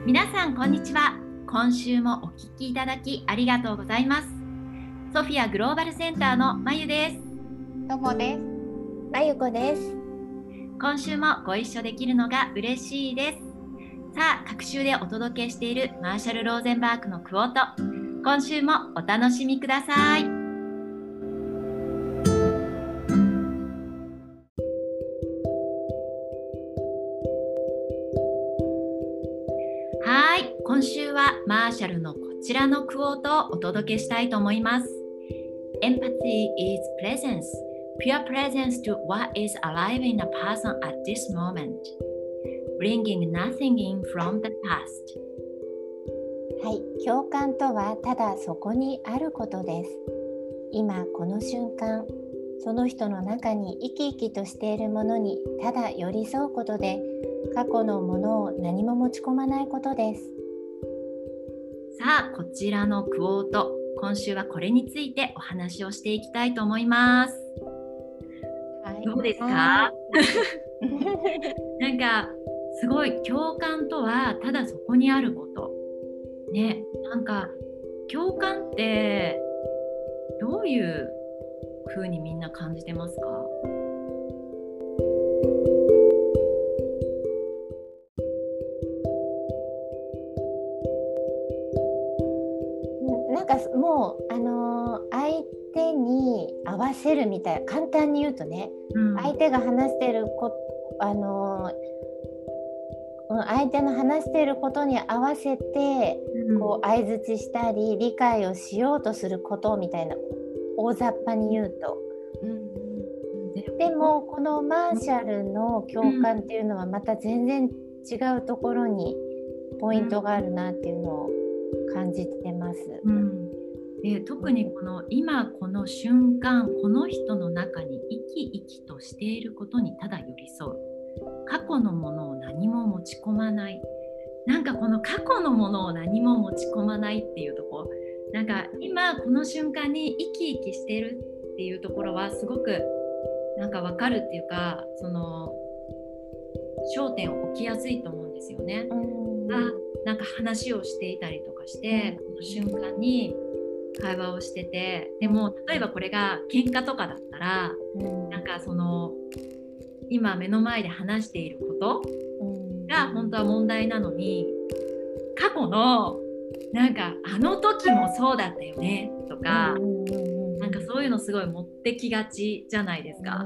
皆さんこんにちは。今週もお聞きいただきありがとうございます。ソフィアグローバルセンターのまゆです。 ともです。 あゆこです。 今週もご一緒できるのが嬉しいです。さあ、各週でお届けしているマーシャル・ローゼンバーグのクオート、今週もお楽しみください。はい、今週はマーシャルのこちらのクオートをお届けしたいと思います。Empathy is presence, pure presence to what is alive in a person at this moment, bringing nothing in from the past. はい、共感とはただそこにあることです。今この瞬間、その人の中に生き生きとしているものにただ寄り添うことで、過去のものを何も持ち込まないことです。 さあ、こちらのクオート、今週はこれについてお話をしていきたいと思います。 はい、 どうですか？なんかすごい共感とはただそこにあることね。なんか共感ってどういう風にみんな感じてますか？ なんかもう相手に合わせるみたいな、簡単に言うとね、相手が話している相手の話していることに合わせて、こう相づちしたり理解をしようとすることみたいな、大雑把に言うと、でもこのマーシャルの共感っていうのはまた全然違うところにポイントがあるなっていうのを感じてます。 で、特にこの今この瞬間、この人の中に生き生きとしていることにただ寄り添う。過去のものを何も持ち込まない。なんかこの過去のものを何も持ち込まないっていうところ、なんか今この瞬間に生き生きしているっていうところはすごくなんか分かるっていうか、その焦点を置きやすいと思うんですよね。なんか話をしていたりとかして、この瞬間に会話をしてて、でも例えばこれが喧嘩とかだったら、なんかその今目の前で話していることが本当は問題なのに、過去のなんかあの時もそうだったよねとか、なんかそういうのすごい持ってきがちじゃないですか。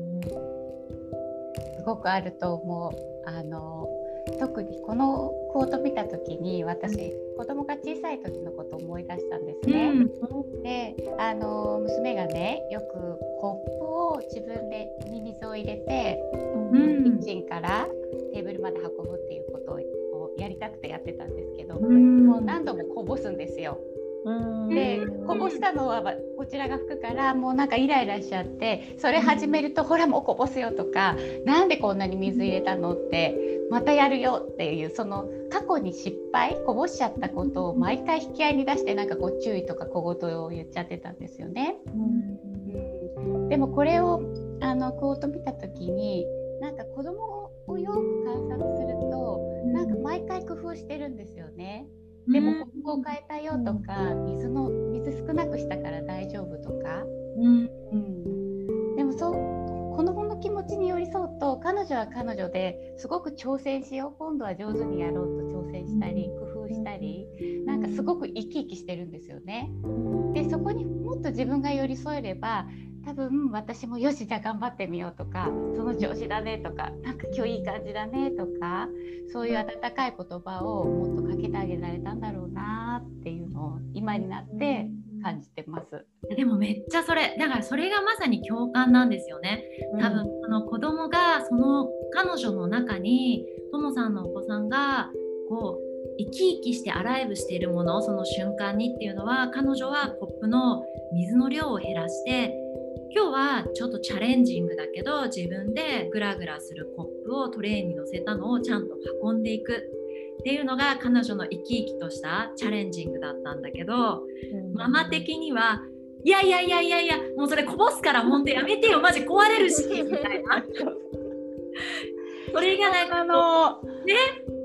すごくあると思う。特にこのクオート見た時に私、子供が小さい時のことを思い出したんですね。で、娘がね、よくコップを自分でに水を入れて、キッチンからテーブルまで運ぶっていうことをやりたくてやってたんですけど、もう何度もこぼすんですよ。で、こぼしたのはこちらが拭くから、もうなんかイライラしちゃって、それ始めると、ほらもうこぼすよとか、なんでこんなに水入れたのってまたやるよっていう、その過去に失敗こぼしちゃったことを毎回引き合いに出して、なんかこう注意とか小言を言っちゃってたんですよね。でもこれをクオート見た時に、なんか子供をよく観察すると、なんか毎回工夫してるんですよね。でもコップを変えたよとか、水少なくしたから大丈夫とか、でも子供の気持ちに寄り添うと、彼女は彼女ですごく挑戦しよう、今度は上手にやろうと挑戦したり工夫したり、なんかすごく生き生きしてるんですよね。で、そこにもっと自分が寄り添えれば、多分私もよし、じゃあ頑張ってみようとか、その調子だねとか、なんか今日いい感じだねとか、そういう温かい言葉をもっとかけてあげられたんだろうなっていうのを今になって感じてます。 でもめっちゃそれだから、それがまさに共感なんですよね。多分その子供が、その彼女の中に、ともさんのお子さんがこう生き生きしてアライブしているもの、その瞬間にっていうのは、彼女はコップの水の量を減らして、今日はちょっとチャレンジングだけど自分でグラグラするコップをトレーに乗せたのをちゃんと運んでいくっていうのが彼女の生き生きとしたチャレンジングだったんだけど、ママ的にはいやもうそれこぼすから本当やめてよ、マジ壊れるしみたいなそれがなんかね、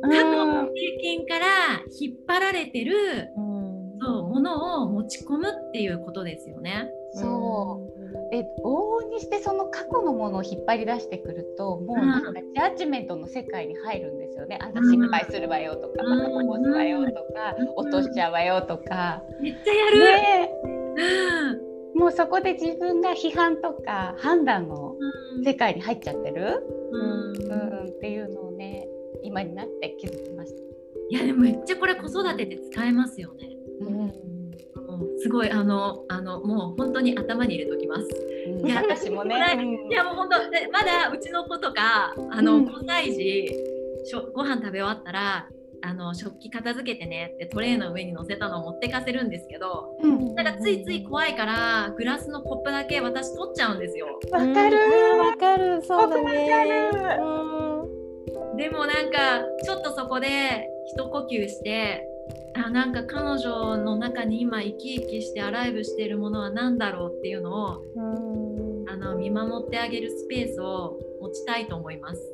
過去の経験から引っ張られてる、そうものを持ち込むっていうことですよね。 そうで往々にしてその過去のものを引っ張り出してくるともうなんかジャッジメントの世界に入るんですよね。あんた失敗するわよとか、またこぼすわよとか、落としちゃうわよとか、 めっちゃやる、 ね、もうそこで自分が批判とか判断の世界に入っちゃってる、っていうのをね今になって気づきました。 いやでもめっちゃこれ子育てで使えますよね。すごいもう本当に頭に入れときます。 いや私もね、 いやもう本当まだうちの子とか5歳児ご飯食べ終わったら食器片付けてねってトレーの上に乗せたのを持ってかせるんですけど、なんかついつい怖いからグラスのコップだけ私取っちゃうんですよ。 わかるわかる、そうだね。 でもなんかちょっとそこで一呼吸してなんか彼女の中に今生き生きしてアライブしているものは何だろうっていうのを見守ってあげるスペースを持ちたいと思います。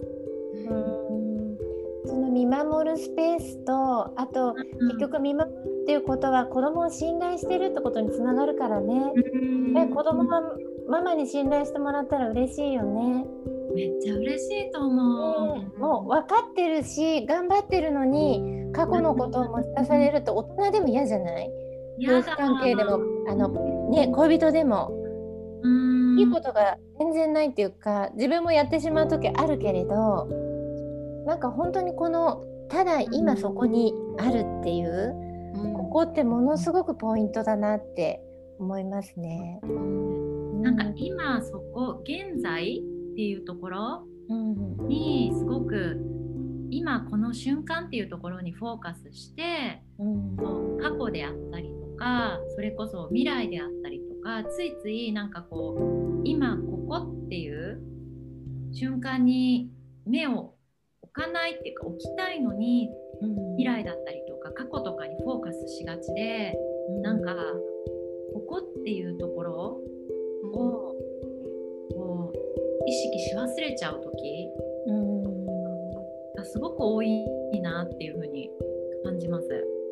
その見守るスペースとあと、結局見守るっていうことは子供を信頼してるってことにつながるからね。子供がママに信頼してもらったら嬉しいよね。 めっちゃ嬉しいと思う。 もう分かってるし頑張ってるのに過去のことを持ち出されると大人でも嫌じゃない？夫婦関係でも恋人でもいいことが全然ないっていうか、自分もやってしまう時あるけれど、なんか本当にこのただ今そこにあるっていう、ここってものすごくポイントだなって思いますね。 なんか今そこ現在っていうところにすごく今この瞬間っていうところにフォーカスして、過去であったりとかそれこそ未来であったりとか、ついついなんかこう今ここっていう瞬間に目を置かないっていうか、置きたいのに未来だったりとか過去とかにフォーカスしがちで、なんかここっていうところをこう意識し忘れちゃう時がすごく多いなっていうふうに感じます。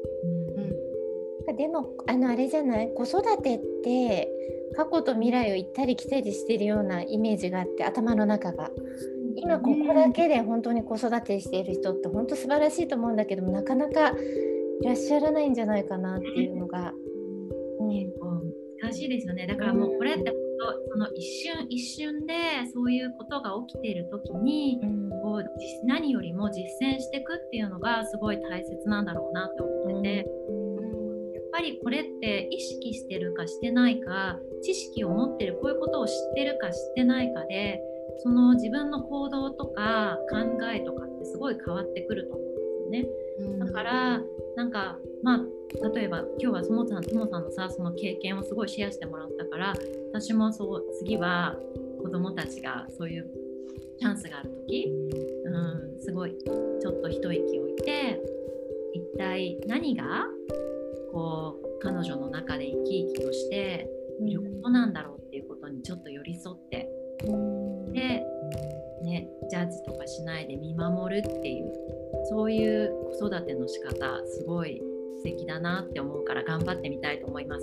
でもあれじゃない、子育てって過去と未来を行ったり来たりしてるようなイメージがあって、頭の中が今ここだけで本当に子育てしている人って本当素晴らしいと思うんだけども、なかなかいらっしゃらないんじゃないかなっていうのが、 難しいですよね。だからもうこれってその一瞬一瞬でそういうことが起きている時に、こう何よりも実践していくっていうのがすごい大切なんだろうなって思ってて、やっぱりこれって意識してるかしてないか、知識を持ってる、こういうことを知ってるか知ってないかで、その自分の行動とか考えとかってすごい変わってくると思うんですよね。だからなんか例えば今日はともさんのさ、その経験をすごいシェアしてもらったから、私も次は子供たちがそういうチャンスがある時、すごいちょっと一息置いて、一体何がこう彼女の中で生き生きとしていることなんだろうっていうことにちょっと寄り添って、で、ジャッジとかしないで見守るっていう、そういう子育ての仕方すごい素敵だなって思うから頑張ってみたいと思います。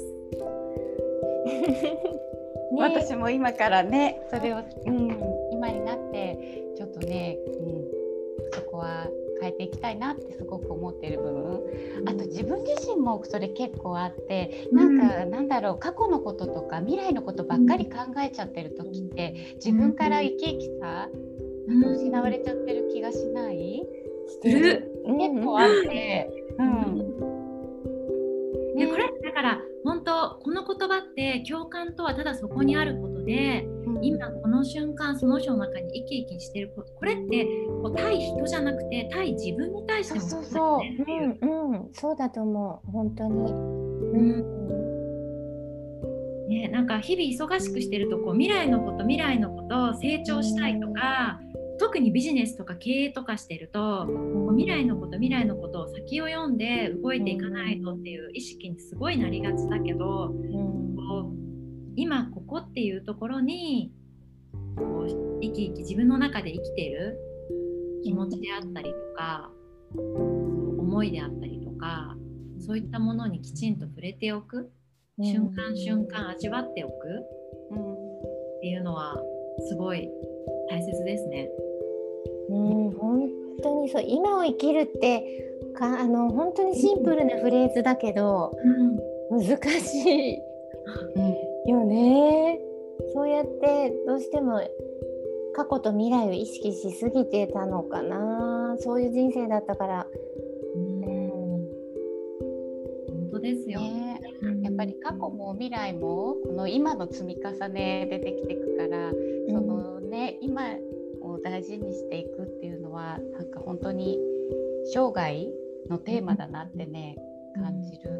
私も今からねそれを、今になってちょっとね、そこは変えていきたいなってすごく思っている部分、あと自分自身もそれ結構あって、なんだろう、過去のこととか未来のことばっかり考えちゃってる時って自分から生き生きさ失われちゃってる気がしない？結構あって、 これだから本当この言葉って共感とはただそこにあることで、今この瞬間その人の中に生き生きしてること、これってこう対人じゃなくて対自分に対してもそうだと思う、本当に。 なんか日々忙しくしてるとこう未来のこと成長したいとか、特にビジネスとか経営とかしてると、未来のことを先を読んで動いていかないとっていう意識にすごいなりがちだけど、今ここっていうところにこう生き生き自分の中で生きている気持ちであったりとか、 思いであったりとか、そういったものにきちんと触れておく、瞬間瞬間味わっておくっていうのはすごい大切ですね。 本当にそう。今を生きるって本当にシンプルなフレーズだけど、難しいよね。そうやってどうしても過去と未来を意識しすぎてたのかな。そういう人生だったから。 本当ですよね。 やっぱり過去も未来もこの今の積み重ねでできていくから、そのね、今を大事にしていくっていうのはなんか本当に生涯のテーマだなってね、感じる。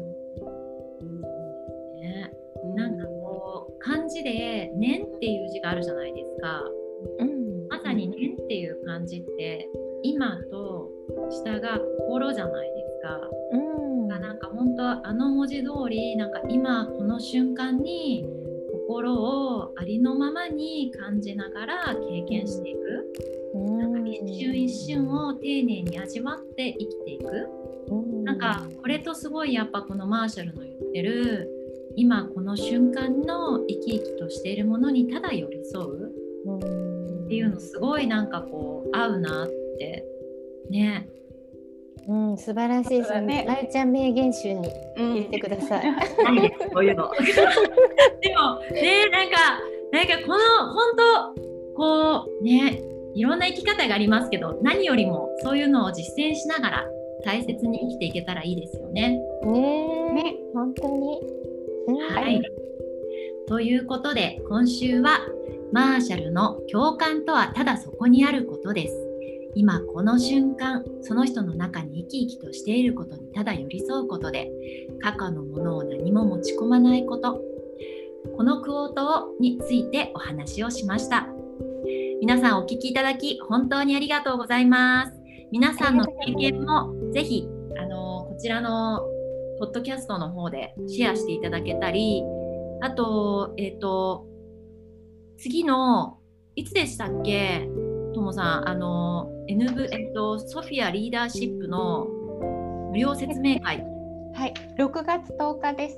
なんかこう漢字で年っていう字があるじゃないですか。まさに年っていう漢字って今と下が心じゃないですか。なんか本当文字通り、なんか今この瞬間に心をありのままに感じながら経験していく、なんか一瞬一瞬を丁寧に味わって生きていく、なんかこれとすごいやっぱこのマーシャルの言ってる今この瞬間の生き生きとしているものにただ寄り添うっていうのすごいなんかこう合うなってね。 素晴らしいですね。ライちゃん名言集に入れてください。 ないですこういうの。でもね、なんかこの本当こうね、いろんな生き方がありますけど、何よりもそういうのを実践しながら大切に生きていけたらいいですよね。 ね、本当に。 はい。ということで今週はマーシャルの共感とはただそこにあることです。今この瞬間、その人の中に生き生きとしていることにただ寄り添うことで、過去のものを何も持ち込まないこと、このクォートについてお話をしました。皆さんお聞きいただき本当にありがとうございます。皆さんの経験もぜひこちらのポッドキャストの方でシェアしていただけたり、あと次のいつでしたっけ、ともさん、ソフィアリーダーシップの無料説明会、 はい、6月10日です。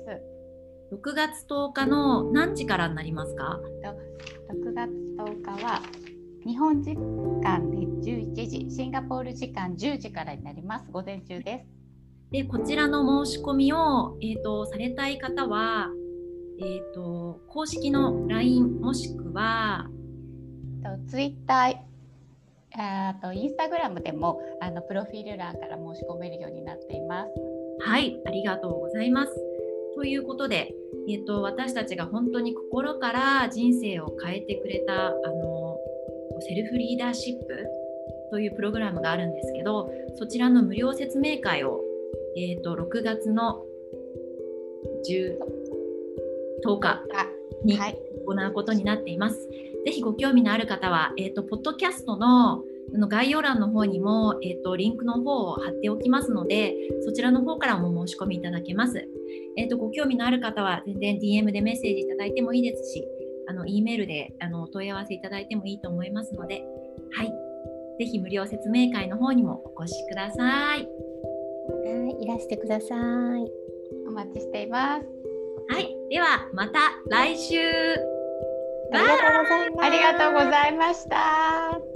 6月10日の何時からになりますか ？6月10日は日本時間で11時、シンガポール時間10時からになります。午前中です。 で、こちらの申し込みを、されたい方は、公式の LINE もしくは Twitter、インスタグラムでもプロフィール欄から申し込めるようになっています。 はい、ありがとうございます。ということで、私たちが本当に心から人生を変えてくれたセルフリーダーシップというプログラムがあるんですけど、そちらの無料説明会を、6月の10日に行うことになっています。ぜひご興味のある方は、ポッドキャストの概要欄の方にも、リンクの方を貼っておきますので、そちらの方からも申し込みいただけます。ご興味のある方は全然 DM でメッセージいただいてもいいですし、E メールでお問い合わせいただいてもいいと思いますので、はい、ぜひ無料説明会の方にもお越しください。 はい、いらしてください。 お待ちしています。 はい、ではまた来週。 ありがとうございます。 ありがとうございました。